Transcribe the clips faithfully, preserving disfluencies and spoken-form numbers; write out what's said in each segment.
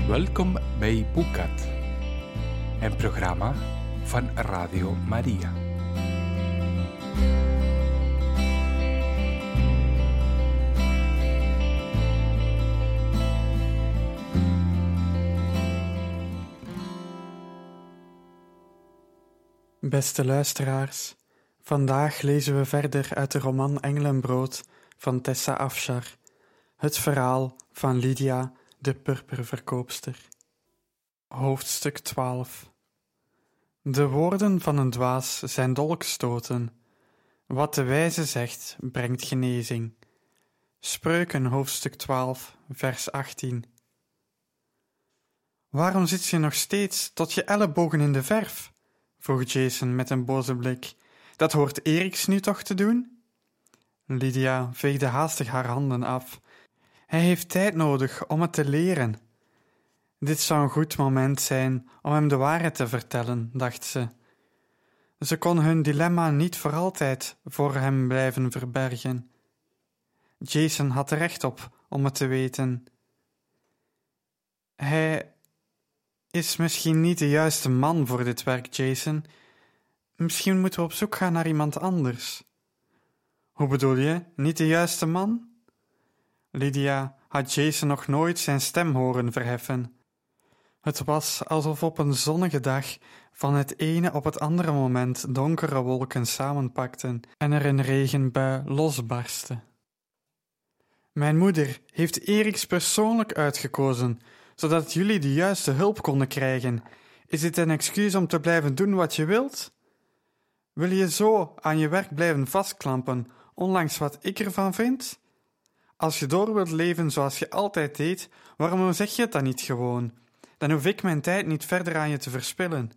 Welkom bij Boekat, een programma van Radio Maria. Beste luisteraars, vandaag lezen we verder uit de roman Engelenbrood van Tessa Afshar, het verhaal van Lydia, de purperverkoopster. Hoofdstuk twaalf. De woorden van een dwaas zijn dolkstoten. Wat de wijze zegt, brengt genezing. Spreuken hoofdstuk twaalf, vers achttien. Waarom zit je nog steeds tot je ellebogen in de verf? Vroeg Jason met een boze blik. Dat hoort Eriks nu toch te doen? Lydia veegde haastig haar handen af. Hij heeft tijd nodig om het te leren. Dit zou een goed moment zijn om hem de waarheid te vertellen, dacht ze. Ze kon hun dilemma niet voor altijd voor hem blijven verbergen. Jason had er recht op om het te weten. Hij is misschien niet de juiste man voor dit werk, Jason. Misschien moeten we op zoek gaan naar iemand anders. Hoe bedoel je, niet de juiste man? Lydia had Jason nog nooit zijn stem horen verheffen. Het was alsof op een zonnige dag van het ene op het andere moment donkere wolken samenpakten en er een regenbui losbarstte. Mijn moeder heeft Eriks persoonlijk uitgekozen, zodat jullie de juiste hulp konden krijgen. Is dit een excuus om te blijven doen wat je wilt? Wil je zo aan je werk blijven vastklampen, ondanks wat ik ervan vind? Als je door wilt leven zoals je altijd deed, waarom zeg je het dan niet gewoon? Dan hoef ik mijn tijd niet verder aan je te verspillen.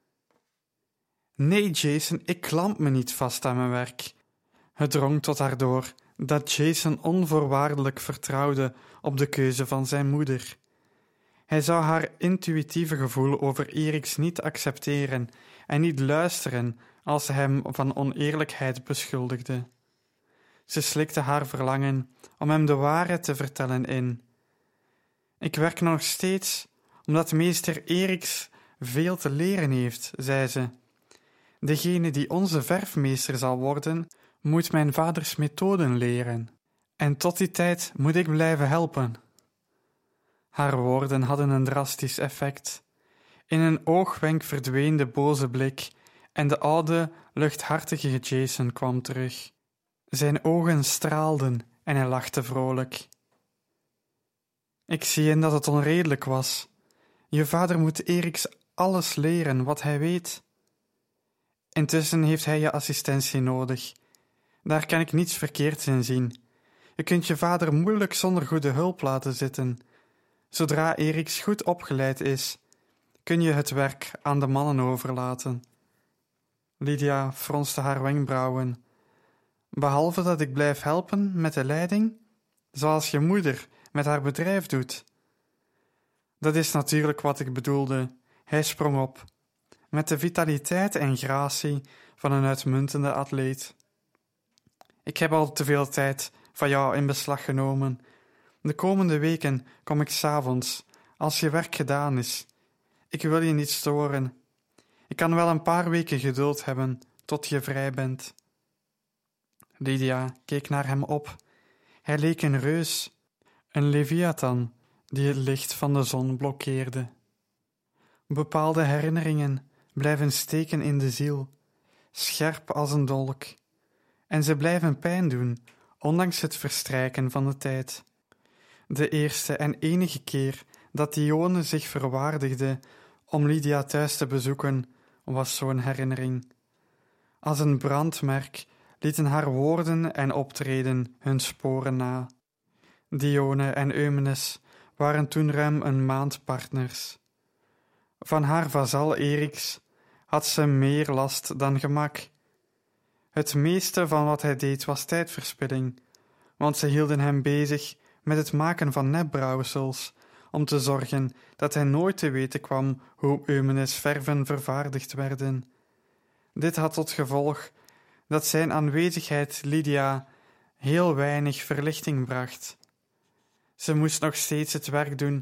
Nee, Jason, ik klamp me niet vast aan mijn werk. Het drong tot haar door dat Jason onvoorwaardelijk vertrouwde op de keuze van zijn moeder. Hij zou haar intuïtieve gevoel over Eriks niet accepteren en niet luisteren als ze hem van oneerlijkheid beschuldigde. Ze slikte haar verlangen om hem de waarheid te vertellen in. Ik werk nog steeds omdat meester Eriks veel te leren heeft, zei ze. Degene die onze verfmeester zal worden, moet mijn vaders methoden leren. En tot die tijd moet ik blijven helpen. Haar woorden hadden een drastisch effect. In een oogwenk verdween de boze blik en de oude, luchthartige Jason kwam terug. Zijn ogen straalden en hij lachte vrolijk. Ik zie in dat het onredelijk was. Je vader moet Eriks alles leren wat hij weet. Intussen heeft hij je assistentie nodig. Daar kan ik niets verkeerds in zien. Je kunt je vader moeilijk zonder goede hulp laten zitten. Zodra Eriks goed opgeleid is, kun je het werk aan de mannen overlaten. Lydia fronste haar wenkbrauwen. Behalve dat ik blijf helpen met de leiding, zoals je moeder met haar bedrijf doet. Dat is natuurlijk wat ik bedoelde. Hij sprong op, met de vitaliteit en gratie van een uitmuntende atleet. Ik heb al te veel tijd van jou in beslag genomen. De komende weken kom ik 's avonds, als je werk gedaan is. Ik wil je niet storen. Ik kan wel een paar weken geduld hebben tot je vrij bent. Lydia keek naar hem op. Hij leek een reus, een leviathan die het licht van de zon blokkeerde. Bepaalde herinneringen blijven steken in de ziel, scherp als een dolk, en ze blijven pijn doen, ondanks het verstrijken van de tijd. De eerste en enige keer dat Dione zich verwaardigde om Lydia thuis te bezoeken, was zo'n herinnering. Als een brandmerk lieten haar woorden en optreden hun sporen na. Dione en Eumenes waren toen ruim een maand partners. Van haar vazal Eriks had ze meer last dan gemak. Het meeste van wat hij deed was tijdverspilling, want ze hielden hem bezig met het maken van nepbrouwsels, om te zorgen dat hij nooit te weten kwam hoe Eumenes verven vervaardigd werden. Dit had tot gevolg dat zijn aanwezigheid Lydia heel weinig verlichting bracht. Ze moest nog steeds het werk doen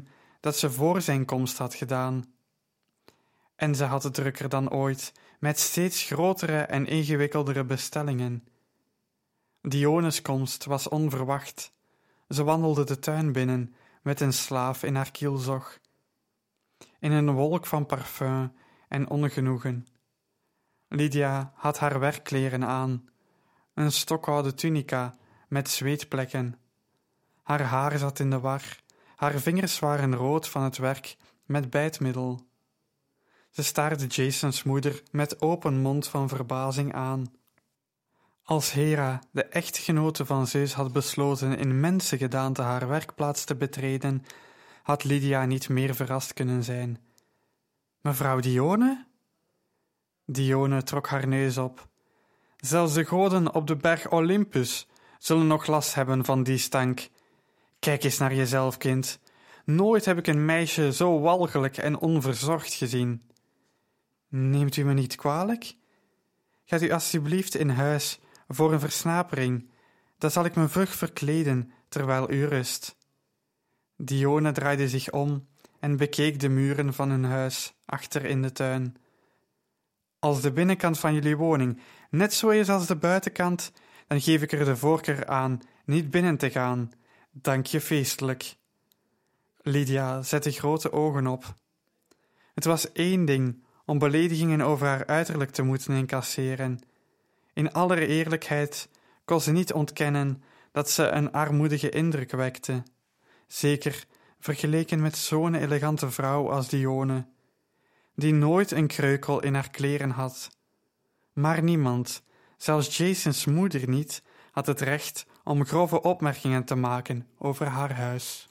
dat ze voor zijn komst had gedaan. En ze had het drukker dan ooit, met steeds grotere en ingewikkeldere bestellingen. Dione's komst was onverwacht. Ze wandelde de tuin binnen, met een slaaf in haar kielzog. In een wolk van parfum en ongenoegen. Lydia had haar werkkleren aan, een stokoude tunica met zweetplekken. Haar haar zat in de war, haar vingers waren rood van het werk met bijtmiddel. Ze staarde Jasons moeder met open mond van verbazing aan. Als Hera, de echtgenote van Zeus, had besloten in mensengedaante haar werkplaats te betreden, had Lydia niet meer verrast kunnen zijn. Mevrouw Dione? Dione trok haar neus op. Zelfs de goden op de berg Olympus zullen nog last hebben van die stank. Kijk eens naar jezelf, kind. Nooit heb ik een meisje zo walgelijk en onverzorgd gezien. Neemt u me niet kwalijk? Gaat u alstublieft in huis voor een versnapering, dan zal ik me vlug verkleden terwijl u rust. Dione draaide zich om en bekeek de muren van hun huis achter in de tuin. Als de binnenkant van jullie woning net zo is als de buitenkant, dan geef ik er de voorkeur aan niet binnen te gaan. Dank je feestelijk. Lydia zette grote ogen op. Het was één ding om beledigingen over haar uiterlijk te moeten incasseren. In alle eerlijkheid kon ze niet ontkennen dat ze een armoedige indruk wekte. Zeker vergeleken met zo'n elegante vrouw als Dione, die nooit een kreukel in haar kleren had. Maar niemand, zelfs Jasons moeder niet, had het recht om grove opmerkingen te maken over haar huis.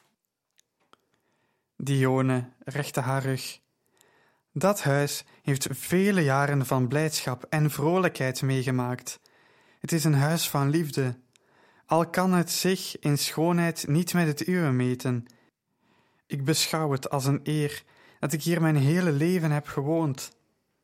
Dione rechtte haar rug. Dat huis heeft vele jaren van blijdschap en vrolijkheid meegemaakt. Het is een huis van liefde, al kan het zich in schoonheid niet met het uwe meten. Ik beschouw het als een eer dat ik hier mijn hele leven heb gewoond.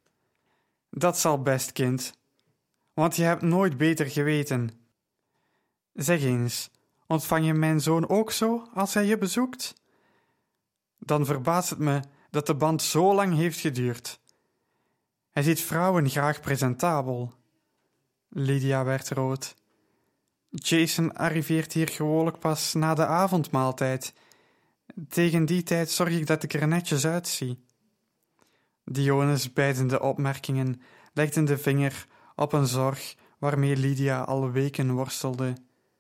Dat zal best, kind, want je hebt nooit beter geweten. Zeg eens, ontvang je mijn zoon ook zo als hij je bezoekt? Dan verbaast het me dat de band zo lang heeft geduurd. Hij ziet vrouwen graag presentabel. Lydia werd rood. Jason arriveert hier gewoonlijk pas na de avondmaaltijd. Tegen die tijd zorg ik dat ik er netjes uitzie. Dione's bijdende opmerkingen legden de vinger op een zorg waarmee Lydia al weken worstelde.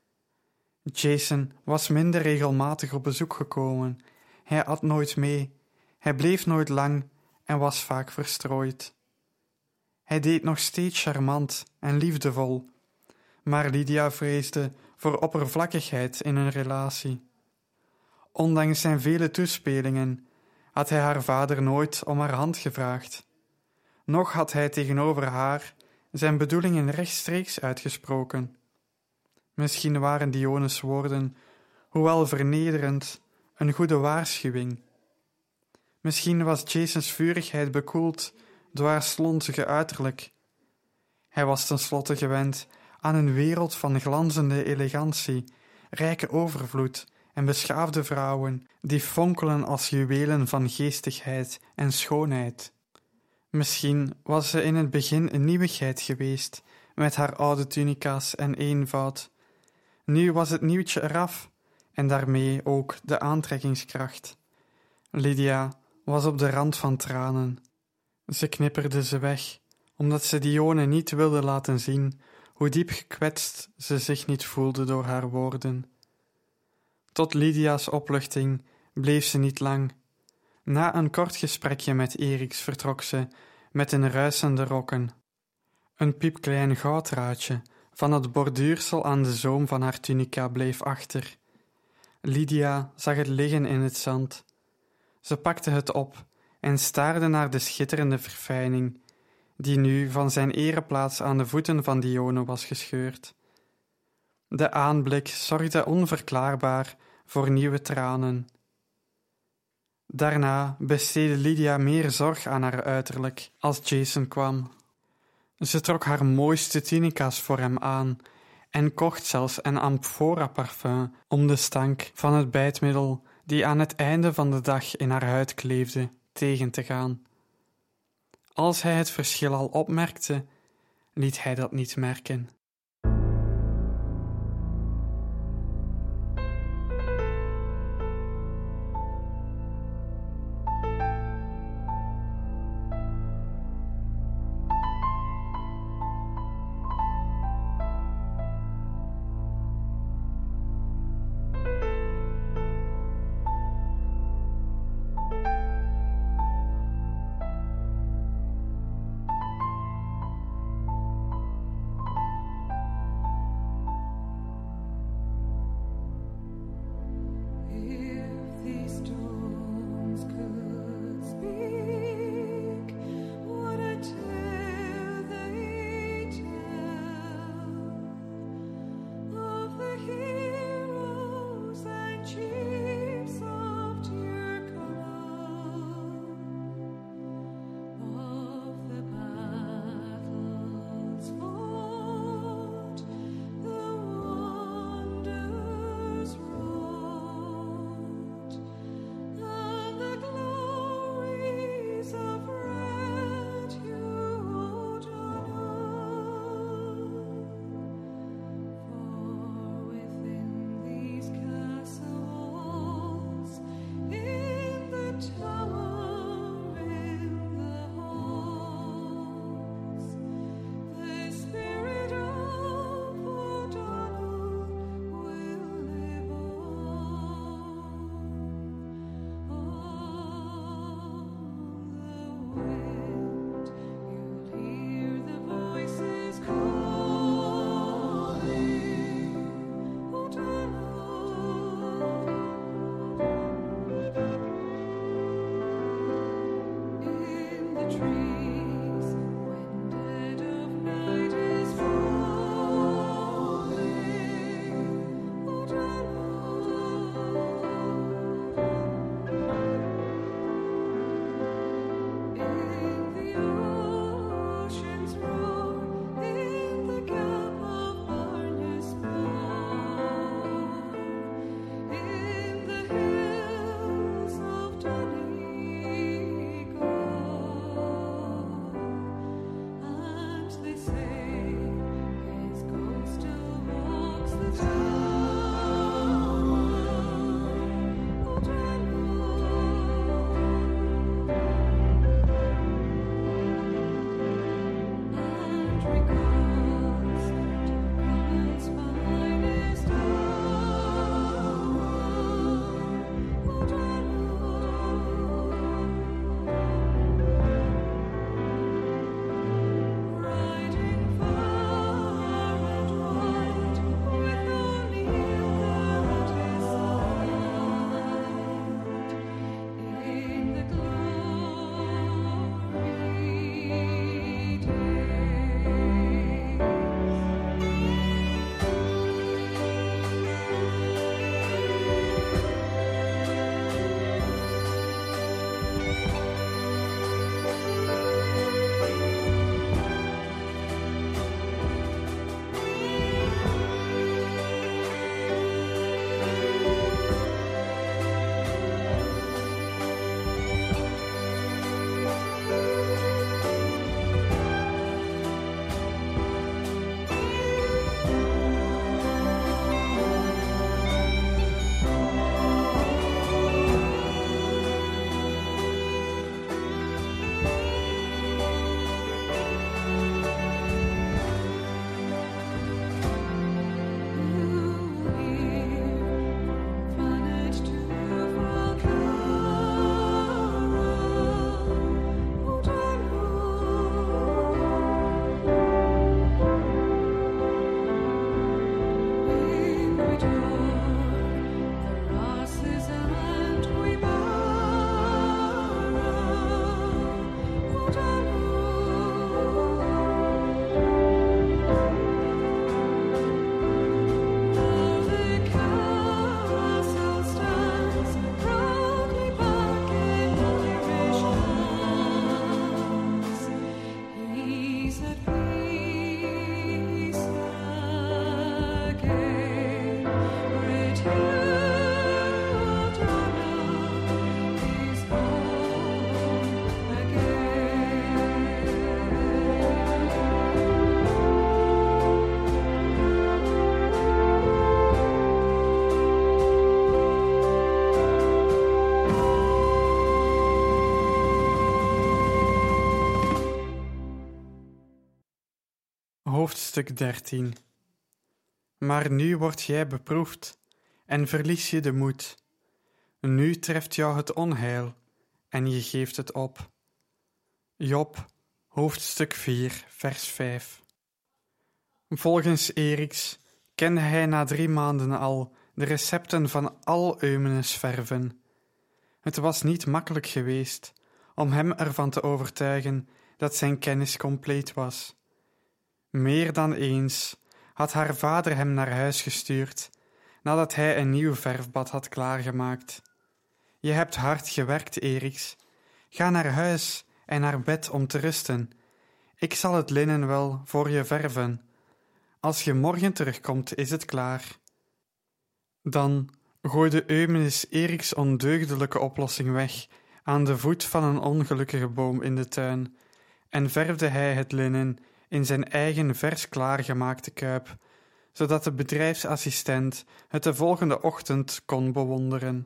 Jason was minder regelmatig op bezoek gekomen. Hij at nooit mee, hij bleef nooit lang en was vaak verstrooid. Hij deed nog steeds charmant en liefdevol, maar Lydia vreesde voor oppervlakkigheid in hun relatie. Ondanks zijn vele toespelingen had hij haar vader nooit om haar hand gevraagd. Noch had hij tegenover haar zijn bedoelingen rechtstreeks uitgesproken. Misschien waren Dione's woorden, hoewel vernederend, een goede waarschuwing. Misschien was Jasons vurigheid bekoeld door haar slonzige uiterlijk. Hij was tenslotte gewend aan een wereld van glanzende elegantie, rijke overvloed en beschaafde vrouwen die fonkelen als juwelen van geestigheid en schoonheid. Misschien was ze in het begin een nieuwigheid geweest, met haar oude tunica's en eenvoud. Nu was het nieuwtje eraf, en daarmee ook de aantrekkingskracht. Lydia was op de rand van tranen. Ze knipperde ze weg, omdat ze Dione niet wilde laten zien hoe diep gekwetst ze zich niet voelde door haar woorden. Tot Lydia's opluchting bleef ze niet lang. Na een kort gesprekje met Eriks vertrok ze met een ruisende rokken. Een piepklein gouddraadje van het borduursel aan de zoom van haar tunica bleef achter. Lydia zag het liggen in het zand. Ze pakte het op en staarde naar de schitterende verfijning, die nu van zijn ereplaats aan de voeten van Dione was gescheurd. De aanblik zorgde onverklaarbaar voor nieuwe tranen. Daarna besteedde Lydia meer zorg aan haar uiterlijk als Jason kwam. Ze trok haar mooiste tunica's voor hem aan en kocht zelfs een amphora-parfum om de stank van het bijtmiddel die aan het einde van de dag in haar huid kleefde, tegen te gaan. Als hij het verschil al opmerkte, liet hij dat niet merken. Hoofdstuk dertien. Maar nu word jij beproefd en verlies je de moed. Nu treft jou het onheil en je geeft het op. Job, hoofdstuk vier, vers vijf. Volgens Eriks kende hij na drie maanden al de recepten van al Eumenes' verven. Het was niet makkelijk geweest om hem ervan te overtuigen dat zijn kennis compleet was. Meer dan eens had haar vader hem naar huis gestuurd, nadat hij een nieuw verfbad had klaargemaakt. Je hebt hard gewerkt, Eriks. Ga naar huis en naar bed om te rusten. Ik zal het linnen wel voor je verven. Als je morgen terugkomt, is het klaar. Dan gooide Eumenes Eriks' ondeugdelijke oplossing weg aan de voet van een ongelukkige boom in de tuin en verfde hij het linnen in zijn eigen vers klaargemaakte kuip, zodat de bedrijfsassistent het de volgende ochtend kon bewonderen.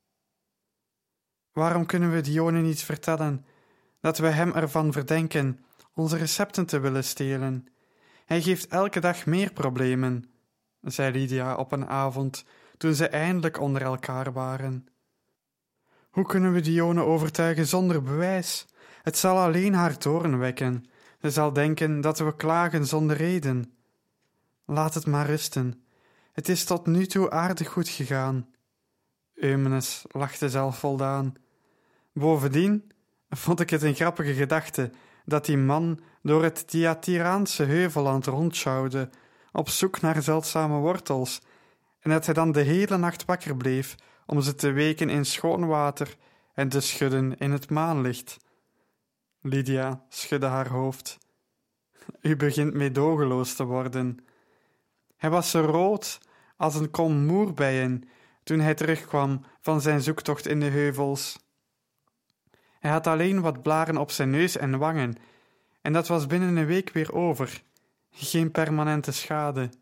Waarom kunnen we Dione niet vertellen dat we hem ervan verdenken onze recepten te willen stelen? Hij geeft elke dag meer problemen, zei Lydia op een avond toen ze eindelijk onder elkaar waren. Hoe kunnen we Dione overtuigen zonder bewijs? Het zal alleen haar toorn wekken. Ze zal denken dat we klagen zonder reden. Laat het maar rusten. Het is tot nu toe aardig goed gegaan. Eumenes lachte zelfvoldaan. Bovendien vond ik het een grappige gedachte dat die man door het Thyatiraanse heuvelland rondschouwde op zoek naar zeldzame wortels en dat hij dan de hele nacht wakker bleef om ze te weken in schoon water en te schudden in het maanlicht. Lydia schudde haar hoofd. U begint meedogenloos te worden. Hij was zo rood als een kom moerbijen toen hij terugkwam van zijn zoektocht in de heuvels. Hij had alleen wat blaren op zijn neus en wangen, en dat was binnen een week weer over. Geen permanente schade.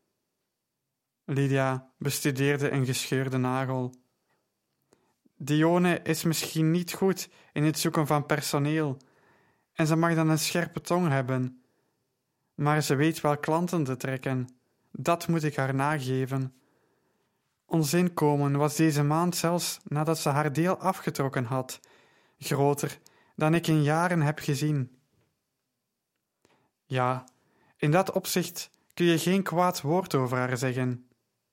Lydia bestudeerde een gescheurde nagel. Dione is misschien niet goed in het zoeken van personeel, en ze mag dan een scherpe tong hebben. Maar ze weet wel klanten te trekken. Dat moet ik haar nageven. Ons inkomen was deze maand zelfs nadat ze haar deel afgetrokken had, groter dan ik in jaren heb gezien. Ja, in dat opzicht kun je geen kwaad woord over haar zeggen.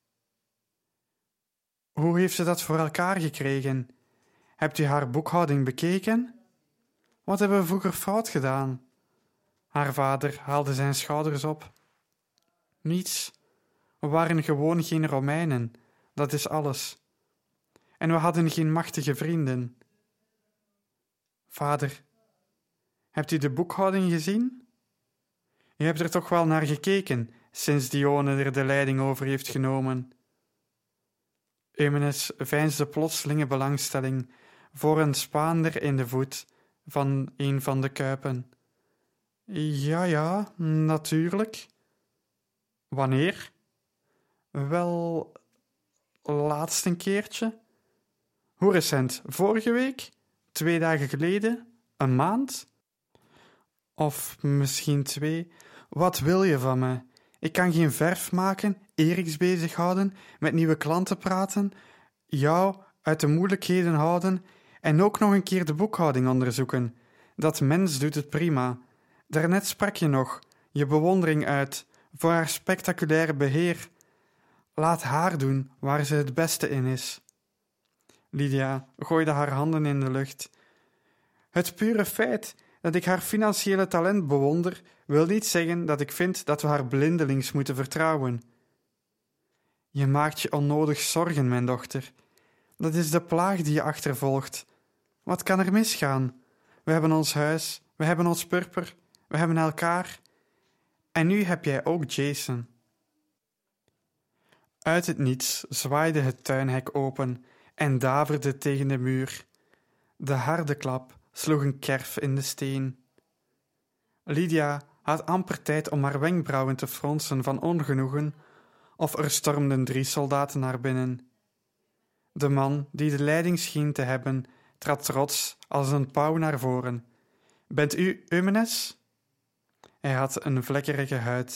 Hoe heeft ze dat voor elkaar gekregen? Hebt u haar boekhouding bekeken? Wat hebben we vroeger fout gedaan? Haar vader haalde zijn schouders op. Niets. We waren gewoon geen Romeinen, dat is alles. En we hadden geen machtige vrienden. Vader, hebt u de boekhouding gezien? U hebt er toch wel naar gekeken, sinds Dione er de leiding over heeft genomen. Eumenes veinsde plotselinge belangstelling voor een spaander in de voet van een van de kuipen. Ja, ja, natuurlijk. Wanneer? Wel, laatst een keertje. Hoe recent? Vorige week? Twee dagen geleden? Een maand? Of misschien twee? Wat wil je van me? Ik kan geen verf maken, Eriks bezighouden, met nieuwe klanten praten, jou uit de moeilijkheden houden en ook nog een keer de boekhouding onderzoeken. Dat mens doet het prima. Daarnet sprak je nog je bewondering uit voor haar spectaculaire beheer. Laat haar doen waar ze het beste in is. Lydia gooide haar handen in de lucht. Het pure feit dat ik haar financiële talent bewonder, wil niet zeggen dat ik vind dat we haar blindelings moeten vertrouwen. Je maakt je onnodig zorgen, mijn dochter. Dat is de plaag die je achtervolgt. Wat kan er misgaan? We hebben ons huis, we hebben ons purper, we hebben elkaar. En nu heb jij ook Jason. Uit het niets zwaaide het tuinhek open en daverde tegen de muur. De harde klap sloeg een kerf in de steen. Lydia had amper tijd om haar wenkbrauwen te fronsen van ongenoegen, of er stormden drie soldaten naar binnen. De man die de leiding scheen te hebben, trad trots als een pauw naar voren. Bent u Eumenes? Hij had een vlekkerige huid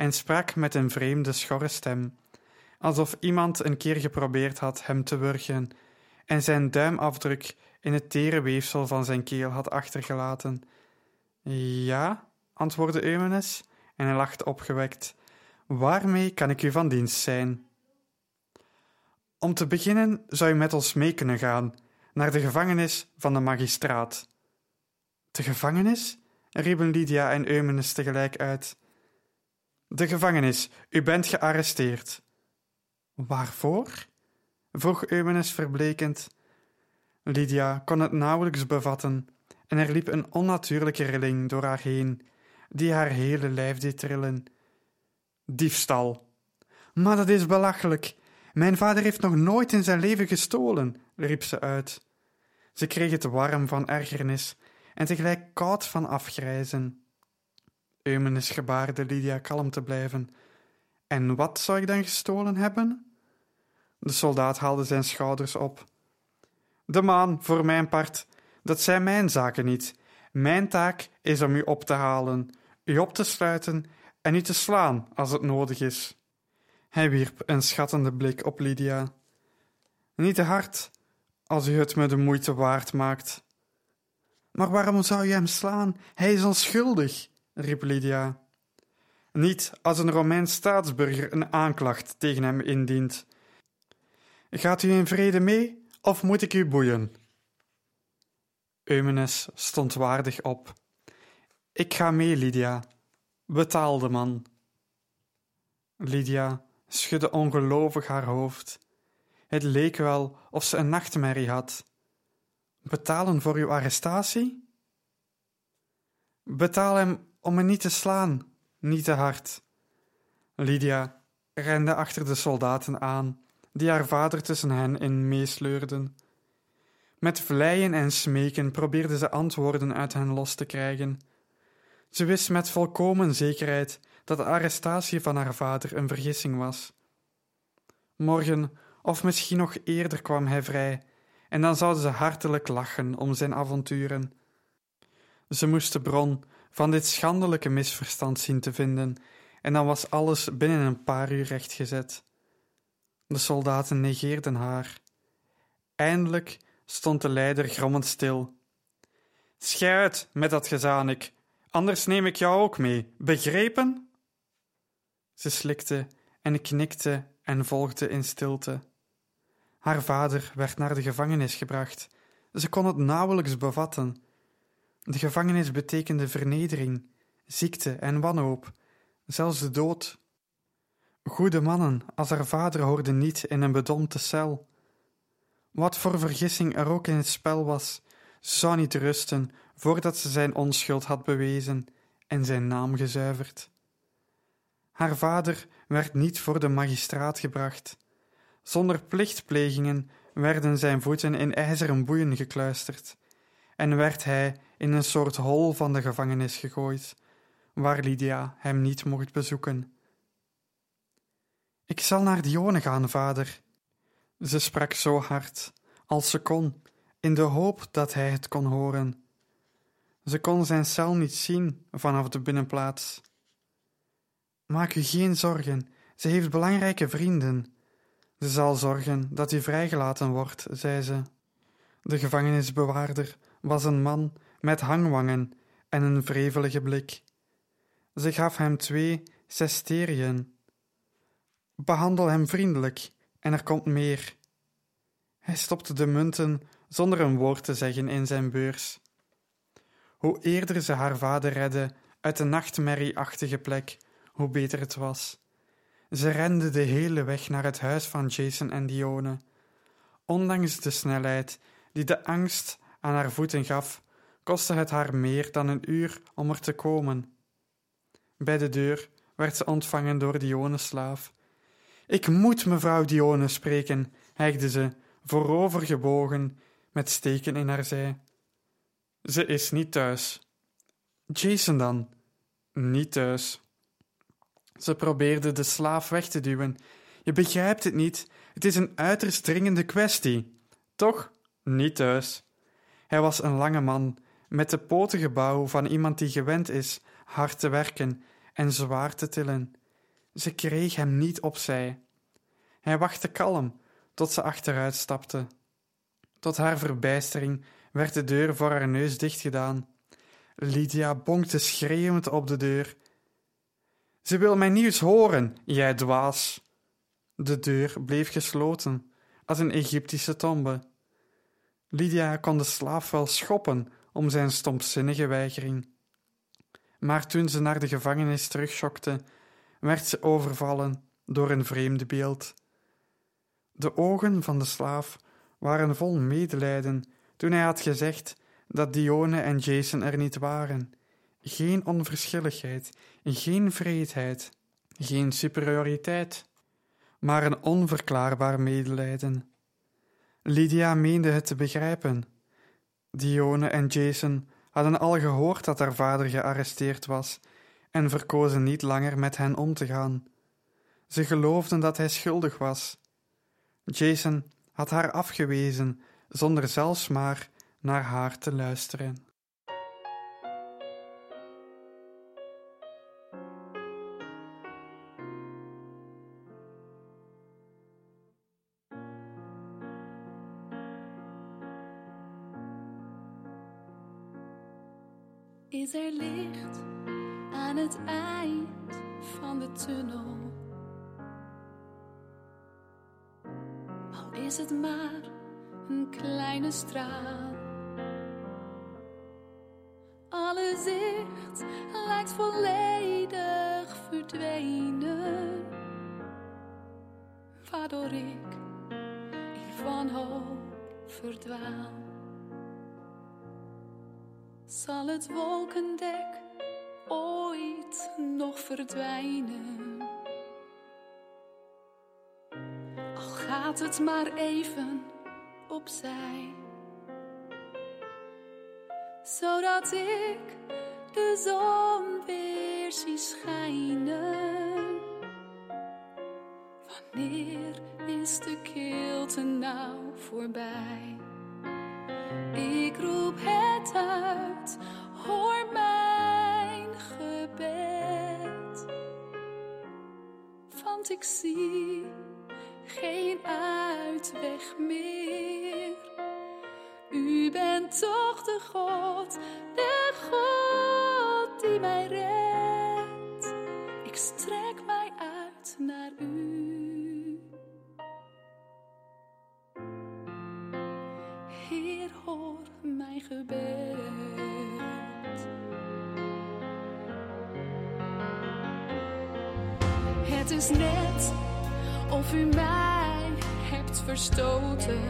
en sprak met een vreemde, schorre stem, alsof iemand een keer geprobeerd had hem te wurgen en zijn duimafdruk in het tere weefsel van zijn keel had achtergelaten. Ja, antwoordde Eumenes, en hij lachte opgewekt. Waarmee kan ik u van dienst zijn? Om te beginnen zou u met ons mee kunnen gaan, naar de gevangenis van de magistraat. De gevangenis? Riepen Lydia en Eumenes tegelijk uit. De gevangenis, u bent gearresteerd. Waarvoor? Vroeg Eumenes verblekend. Lydia kon het nauwelijks bevatten en er liep een onnatuurlijke rilling door haar heen, die haar hele lijf deed trillen. Diefstal. Maar dat is belachelijk. Mijn vader heeft nog nooit in zijn leven gestolen, riep ze uit. Ze kreeg het warm van ergernis en tegelijk koud van afgrijzen. Eumenes gebaarde Lydia kalm te blijven. En wat zou ik dan gestolen hebben? De soldaat haalde zijn schouders op. De maan, voor mijn part, dat zijn mijn zaken niet. Mijn taak is om u op te halen, u op te sluiten en u te slaan als het nodig is. Hij wierp een schattende blik op Lydia. Niet te hard, als u het me de moeite waard maakt. Maar waarom zou je hem slaan? Hij is onschuldig, riep Lydia. Niet als een Romeins staatsburger een aanklacht tegen hem indient. Gaat u in vrede mee, of moet ik u boeien? Eumenes stond waardig op. Ik ga mee, Lydia. Betaal de man. Lydia schudde ongelovig haar hoofd. Het leek wel of ze een nachtmerrie had. Betalen voor uw arrestatie? Betaal hem om me niet te slaan, niet te hard. Lydia rende achter de soldaten aan, die haar vader tussen hen in meesleurden. Met vleien en smeken probeerde ze antwoorden uit hen los te krijgen. Ze wist met volkomen zekerheid dat de arrestatie van haar vader een vergissing was. Morgen, of misschien nog eerder, kwam hij vrij, en dan zouden ze hartelijk lachen om zijn avonturen. Ze moest de bron van dit schandelijke misverstand zien te vinden, en dan was alles binnen een paar uur rechtgezet. De soldaten negeerden haar. Eindelijk stond de leider grommend stil. Schei uit met dat gezanik, anders neem ik jou ook mee, begrepen? Ze slikte en knikte en volgde in stilte. Haar vader werd naar de gevangenis gebracht. Ze kon het nauwelijks bevatten. De gevangenis betekende vernedering, ziekte en wanhoop, zelfs de dood. Goede mannen als haar vader hoorden niet in een bedompte cel. Wat voor vergissing er ook in het spel was, zou niet rusten voordat ze zijn onschuld had bewezen en zijn naam gezuiverd. Haar vader werd niet voor de magistraat gebracht. Zonder plichtplegingen werden zijn voeten in ijzeren boeien gekluisterd en werd hij in een soort hol van de gevangenis gegooid, waar Lydia hem niet mocht bezoeken. Ik zal naar Dione gaan, vader. Ze sprak zo hard als ze kon, in de hoop dat hij het kon horen. Ze kon zijn cel niet zien vanaf de binnenplaats. Maak u geen zorgen, ze heeft belangrijke vrienden. Ze zal zorgen dat u vrijgelaten wordt, zei ze. De gevangenisbewaarder was een man met hangwangen en een wrevelige blik. Ze gaf hem twee sesterien. Behandel hem vriendelijk, en er komt meer. Hij stopte de munten zonder een woord te zeggen in zijn beurs. Hoe eerder ze haar vader redde uit de nachtmerrieachtige plek, hoe beter het was. Ze rende de hele weg naar het huis van Jason en Dione. Ondanks de snelheid die de angst aan haar voeten gaf, kostte het haar meer dan een uur om er te komen. Bij de deur werd ze ontvangen door Dione's slaaf. Ik moet mevrouw Dione spreken, hijgde ze, voorovergebogen, met steken in haar zij. Ze is niet thuis. Jason dan? Niet thuis. Ze probeerde de slaaf weg te duwen. Je begrijpt het niet, het is een uiterst dringende kwestie. Toch? Niet thuis. Hij was een lange man, met de potige bouw van iemand die gewend is hard te werken en zwaar te tillen. Ze kreeg hem niet opzij. Hij wachtte kalm tot ze achteruit stapte. Tot haar verbijstering werd de deur voor haar neus dichtgedaan. Lydia bonkte schreeuwend op de deur. Ze wil mijn nieuws horen, jij dwaas. De deur bleef gesloten, als een Egyptische tombe. Lydia kon de slaaf wel schoppen om zijn stompzinnige weigering. Maar toen ze naar de gevangenis terugschokte, werd ze overvallen door een vreemde beeld. De ogen van de slaaf waren vol medelijden toen hij had gezegd dat Dione en Jason er niet waren. Geen onverschilligheid, geen vreedheid, geen superioriteit, maar een onverklaarbaar medelijden. Lydia meende het te begrijpen. Dione en Jason hadden al gehoord dat haar vader gearresteerd was en verkozen niet langer met hen om te gaan. Ze geloofden dat hij schuldig was. Jason had haar afgewezen zonder zelfs maar naar haar te luisteren. Is er licht aan het eind van de tunnel? Al is het maar een kleine straal. Alle zicht lijkt volledig verdwenen, waardoor ik in wanhoop verdwaal. Zal het wolkendek ooit nog verdwijnen? Al gaat het maar even opzij, zodat ik de zon weer zie schijnen. Wanneer is de kilte nou voorbij? Ik roep het uit, hoor mijn gebed. Want ik zie geen uitweg meer. U bent toch de God, de God die mij redt. Ik strek mij uit naar u. Heer, hoor mijn gebed. Het is net of u mij hebt verstoten.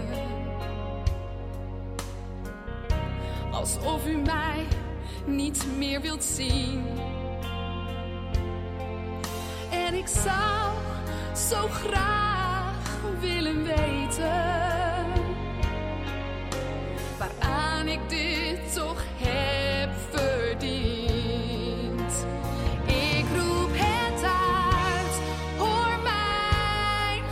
Alsof u mij niet meer wilt zien. En ik zou zo graag willen weten waaraan ik dit toch heb verdiend. Ik roep het uit, hoor mijn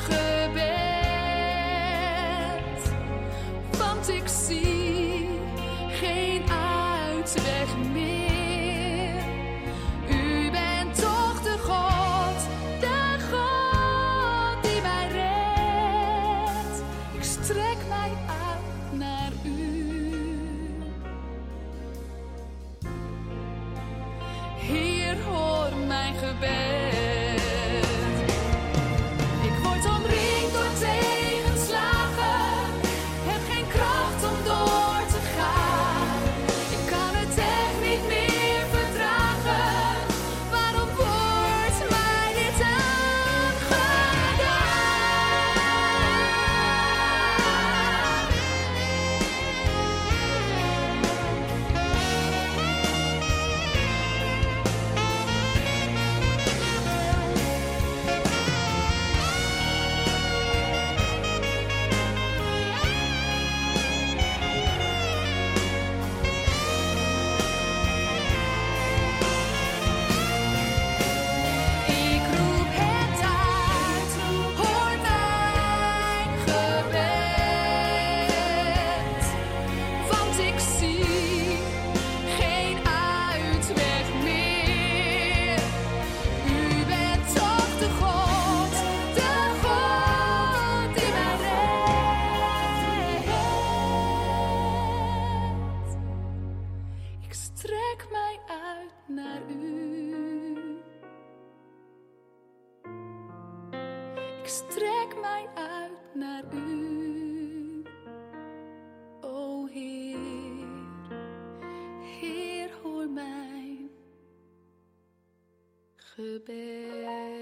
gebed. Want ik zie geen uitweg meer. U bent toch de God, de God die mij redt. Ik strek mij uit naar u. Heer, hoor mijn gebed. Ik word omringd door tegenslagen, heb geen kracht om door te gaan. Ik kan het echt niet meer verdragen. Waarom wordt mij dit aangedaan? naar u. Ik strek mij uit naar u, o Heer. Heer, hoor mijn gebed.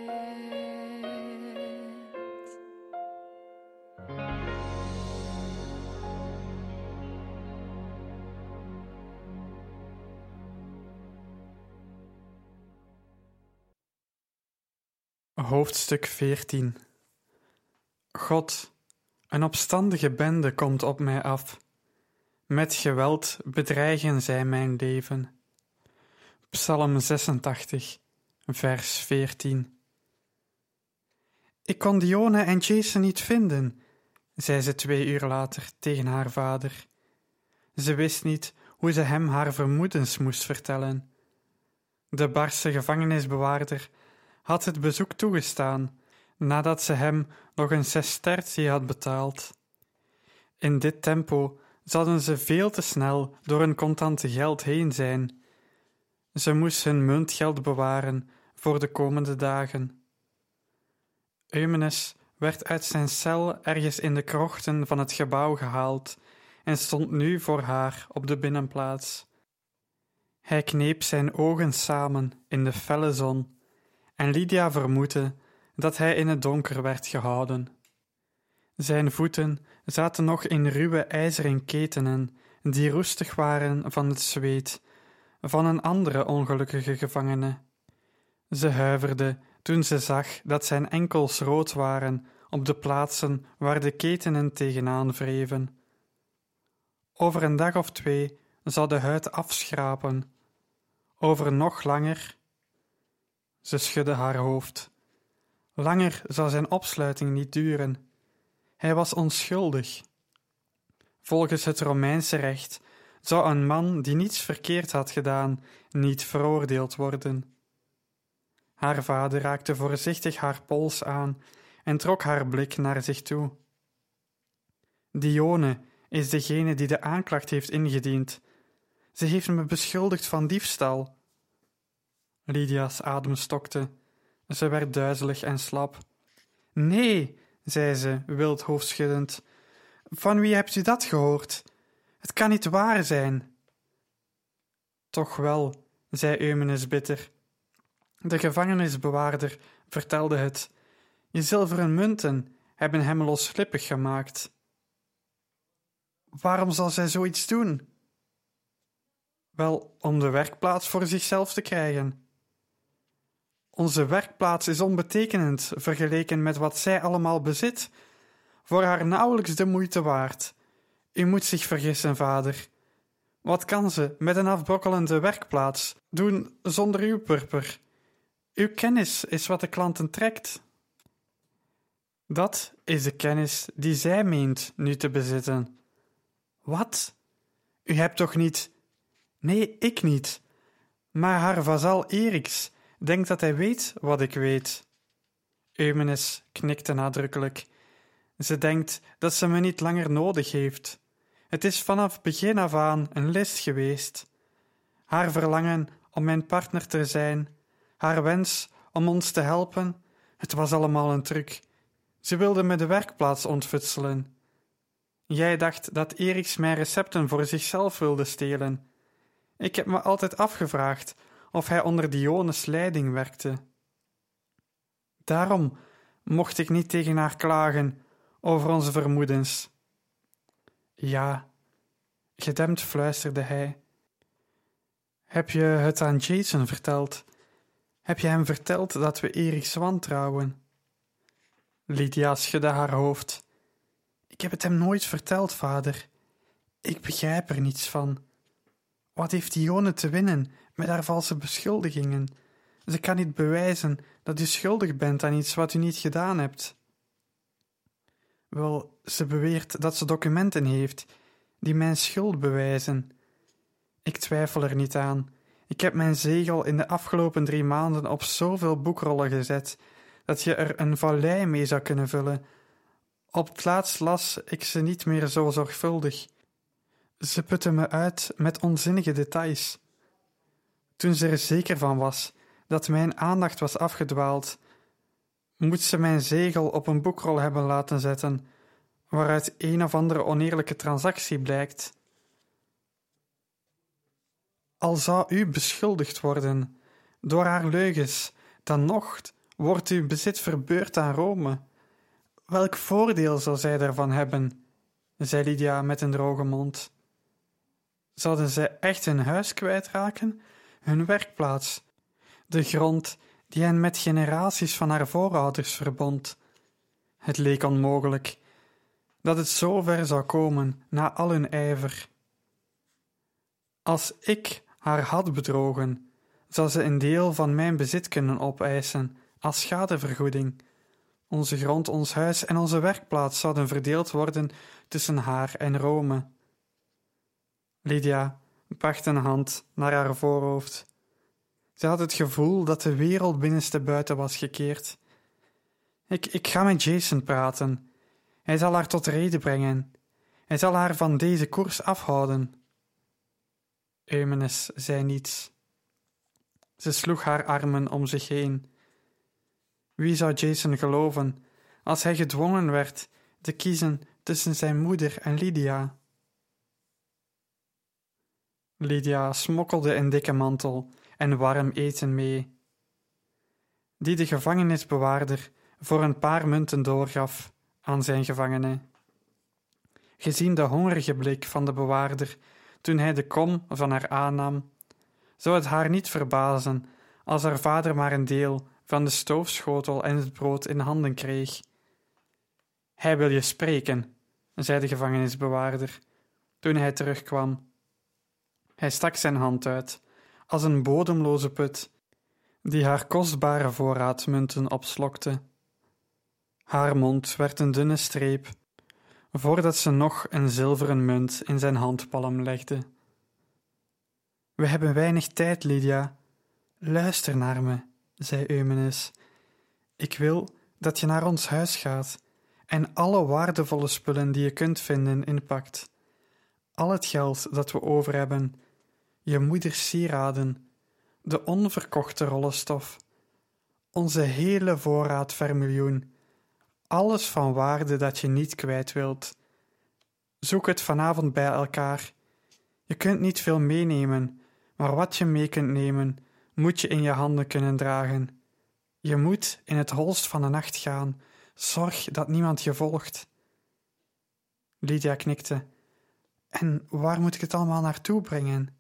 Hoofdstuk veertien. God, een opstandige bende komt op mij af. Met geweld bedreigen zij mijn leven. Psalm zesentachtig, vers veertien. Ik kon Dionne en Jason niet vinden, zei ze twee uur later tegen haar vader. Ze wist niet hoe ze hem haar vermoedens moest vertellen. De barse gevangenisbewaarder had het bezoek toegestaan, nadat ze hem nog een sestertie had betaald. In dit tempo zouden ze veel te snel door hun contante geld heen zijn. Ze moest hun muntgeld bewaren voor de komende dagen. Eumenes werd uit zijn cel ergens in de krochten van het gebouw gehaald en stond nu voor haar op de binnenplaats. Hij kneep zijn ogen samen in de felle zon en Lydia vermoedde dat hij in het donker werd gehouden. Zijn voeten zaten nog in ruwe ijzeren ketenen die roestig waren van het zweet van een andere ongelukkige gevangene. Ze huiverde toen ze zag dat zijn enkels rood waren op de plaatsen waar de ketenen tegenaan wreven. Over een dag of twee zou de huid afschrapen. Over nog langer... Ze schudde haar hoofd. Langer zou zijn opsluiting niet duren. Hij was onschuldig. Volgens het Romeinse recht zou een man die niets verkeerd had gedaan niet veroordeeld worden. Haar vader raakte voorzichtig haar pols aan en trok haar blik naar zich toe. Dionne is degene die de aanklacht heeft ingediend. Ze heeft me beschuldigd van diefstal. Lydia's adem stokte. Ze werd duizelig en slap. Nee, zei ze, wild hoofdschuddend. Van wie hebt u dat gehoord? Het kan niet waar zijn. Toch wel, zei Eumenes bitter. De gevangenisbewaarder vertelde het. Je zilveren munten hebben hem loslippig gemaakt. Waarom zal zij zoiets doen? Wel, om de werkplaats voor zichzelf te krijgen. Onze werkplaats is onbetekenend vergeleken met wat zij allemaal bezit, voor haar nauwelijks de moeite waard. U moet zich vergissen, vader. Wat kan ze met een afbrokkelende werkplaats doen zonder uw purper? Uw kennis is wat de klanten trekt. Dat is de kennis die zij meent nu te bezitten. Wat? U hebt toch niet... Nee, ik niet. Maar haar vazal Eriks denkt dat hij weet wat ik weet. Eumenes knikte nadrukkelijk. Ze denkt dat ze me niet langer nodig heeft. Het is vanaf begin af aan een list geweest. Haar verlangen om mijn partner te zijn, haar wens om ons te helpen, het was allemaal een truc. Ze wilde me de werkplaats ontfutselen. Jij dacht dat Eriks mijn recepten voor zichzelf wilde stelen. Ik heb me altijd afgevraagd of hij onder Dionne's leiding werkte. Daarom mocht ik niet tegen haar klagen over onze vermoedens. Ja, gedempt fluisterde hij. Heb je het aan Jason verteld? Heb je hem verteld dat we Eriks wantrouwen? Lydia schudde haar hoofd. Ik heb het hem nooit verteld, vader. Ik begrijp er niets van. Wat heeft Dionne te winnen met haar valse beschuldigingen? Ze kan niet bewijzen dat u schuldig bent aan iets wat u niet gedaan hebt. Wel, ze beweert dat ze documenten heeft die mijn schuld bewijzen. Ik twijfel er niet aan. Ik heb mijn zegel in de afgelopen drie maanden op zoveel boekrollen gezet dat je er een vallei mee zou kunnen vullen. Op het laatst las ik ze niet meer zo zorgvuldig. Ze putten me uit met onzinnige details. toen ze er zeker van was dat mijn aandacht was afgedwaald, moet ze mijn zegel op een boekrol hebben laten zetten, waaruit een of andere oneerlijke transactie blijkt. Al zou u beschuldigd worden door haar leugens, dan nog wordt uw bezit verbeurd aan Rome. Welk voordeel zal zij daarvan hebben? Zei Lydia met een droge mond. Zouden zij echt hun huis kwijtraken, hun werkplaats, de grond die hen met generaties van haar voorouders verbond? Het leek onmogelijk dat het zo ver zou komen na al hun ijver. Als ik haar had bedrogen, zou ze een deel van mijn bezit kunnen opeisen als schadevergoeding. Onze grond, ons huis en onze werkplaats zouden verdeeld worden tussen haar en Rome. Lydia bracht een hand naar haar voorhoofd. Ze had het gevoel dat de wereld binnenstebuiten was gekeerd. Ik, ik ga met Jason praten. Hij zal haar tot reden brengen. Hij zal haar van deze koers afhouden. Eumenes zei niets. Ze sloeg haar armen om zich heen. Wie zou Jason geloven als hij gedwongen werd te kiezen tussen zijn moeder en Lydia? Lydia smokkelde een dikke mantel en warm eten mee, die de gevangenisbewaarder voor een paar munten doorgaf aan zijn gevangene. Gezien de hongerige blik van de bewaarder toen hij de kom van haar aannam, zou het haar niet verbazen als haar vader maar een deel van de stoofschotel en het brood in handen kreeg. Hij wil je spreken, zei de gevangenisbewaarder toen hij terugkwam. Hij stak zijn hand uit, als een bodemloze put, die haar kostbare voorraad munten opslokte. Haar mond werd een dunne streep, voordat ze nog een zilveren munt in zijn handpalm legde. We hebben weinig tijd, Lydia. Luister naar me, zei Eumenes. Ik wil dat je naar ons huis gaat en alle waardevolle spullen die je kunt vinden inpakt. Al het geld dat we over hebben, je moeders sieraden, de onverkochte rollen stof, onze hele voorraad vermiljoen, alles van waarde dat je niet kwijt wilt. Zoek het vanavond bij elkaar. Je kunt niet veel meenemen, maar wat je mee kunt nemen, moet je in je handen kunnen dragen. Je moet in het holst van de nacht gaan. Zorg dat niemand je volgt. Lydia knikte. En waar moet ik het allemaal naartoe brengen?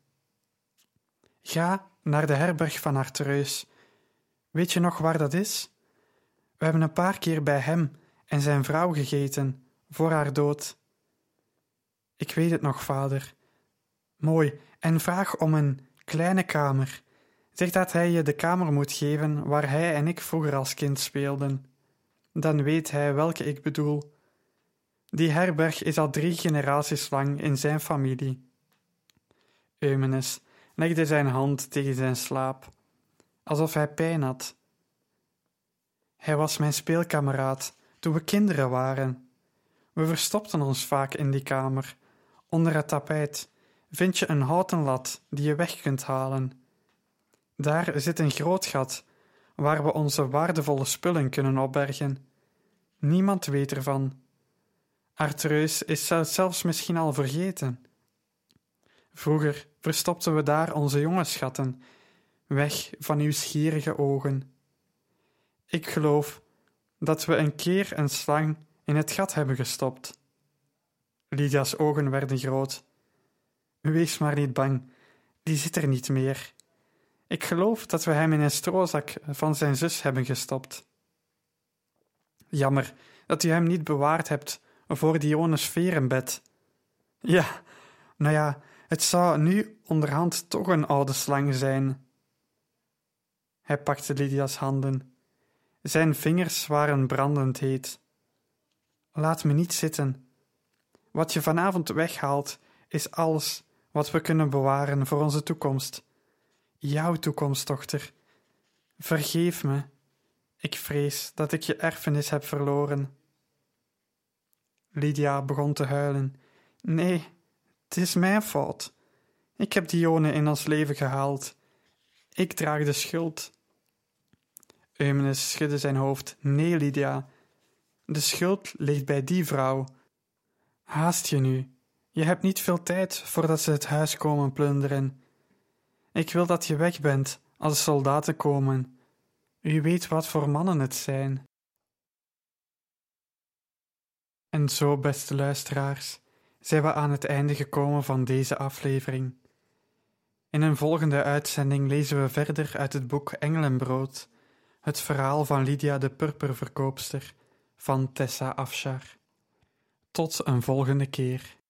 Ga naar de herberg van Artereus. Weet je nog waar dat is? We hebben een paar keer bij hem en zijn vrouw gegeten, voor haar dood. Ik weet het nog, vader. Mooi, en vraag om een kleine kamer. Zeg dat hij je de kamer moet geven waar hij en ik vroeger als kind speelden. Dan weet hij welke ik bedoel. Die herberg is al drie generaties lang in zijn familie. Eumenes legde zijn hand tegen zijn slaap, alsof hij pijn had. Hij was mijn speelkameraad toen we kinderen waren. We verstopten ons vaak in die kamer. Onder het tapijt vind je een houten lat die je weg kunt halen. Daar zit een groot gat waar we onze waardevolle spullen kunnen opbergen. Niemand weet ervan. Artereus is zelfs misschien al vergeten. Vroeger verstopten we daar onze jonge schatten, weg van nieuwsgierige ogen. Ik geloof dat we een keer een slang in het gat hebben gestopt. Lydia's ogen werden groot. Wees maar niet bang, die zit er niet meer. Ik geloof dat we hem in een stroozak van zijn zus hebben gestopt. Jammer dat u hem niet bewaard hebt voor Dionys verenbed. Ja, nou ja, het zou nu onderhand toch een oude slang zijn. Hij pakte Lydia's handen. Zijn vingers waren brandend heet. Laat me niet zitten. Wat je vanavond weghaalt, is alles wat we kunnen bewaren voor onze toekomst. Jouw toekomst, dochter. Vergeef me. Ik vrees dat ik je erfenis heb verloren. Lydia begon te huilen. Nee, het is mijn fout. Ik heb Dione in ons leven gehaald. Ik draag de schuld. Eumenes schudde zijn hoofd. Nee, Lydia. De schuld ligt bij die vrouw. Haast je nu. Je hebt niet veel tijd voordat ze het huis komen plunderen. Ik wil dat je weg bent als de soldaten komen. U weet wat voor mannen het zijn. En zo, beste luisteraars, zijn we aan het einde gekomen van deze aflevering. In een volgende uitzending lezen we verder uit het boek Engelenbrood, het verhaal van Lydia de purperverkoopster van Tessa Afshar. Tot een volgende keer.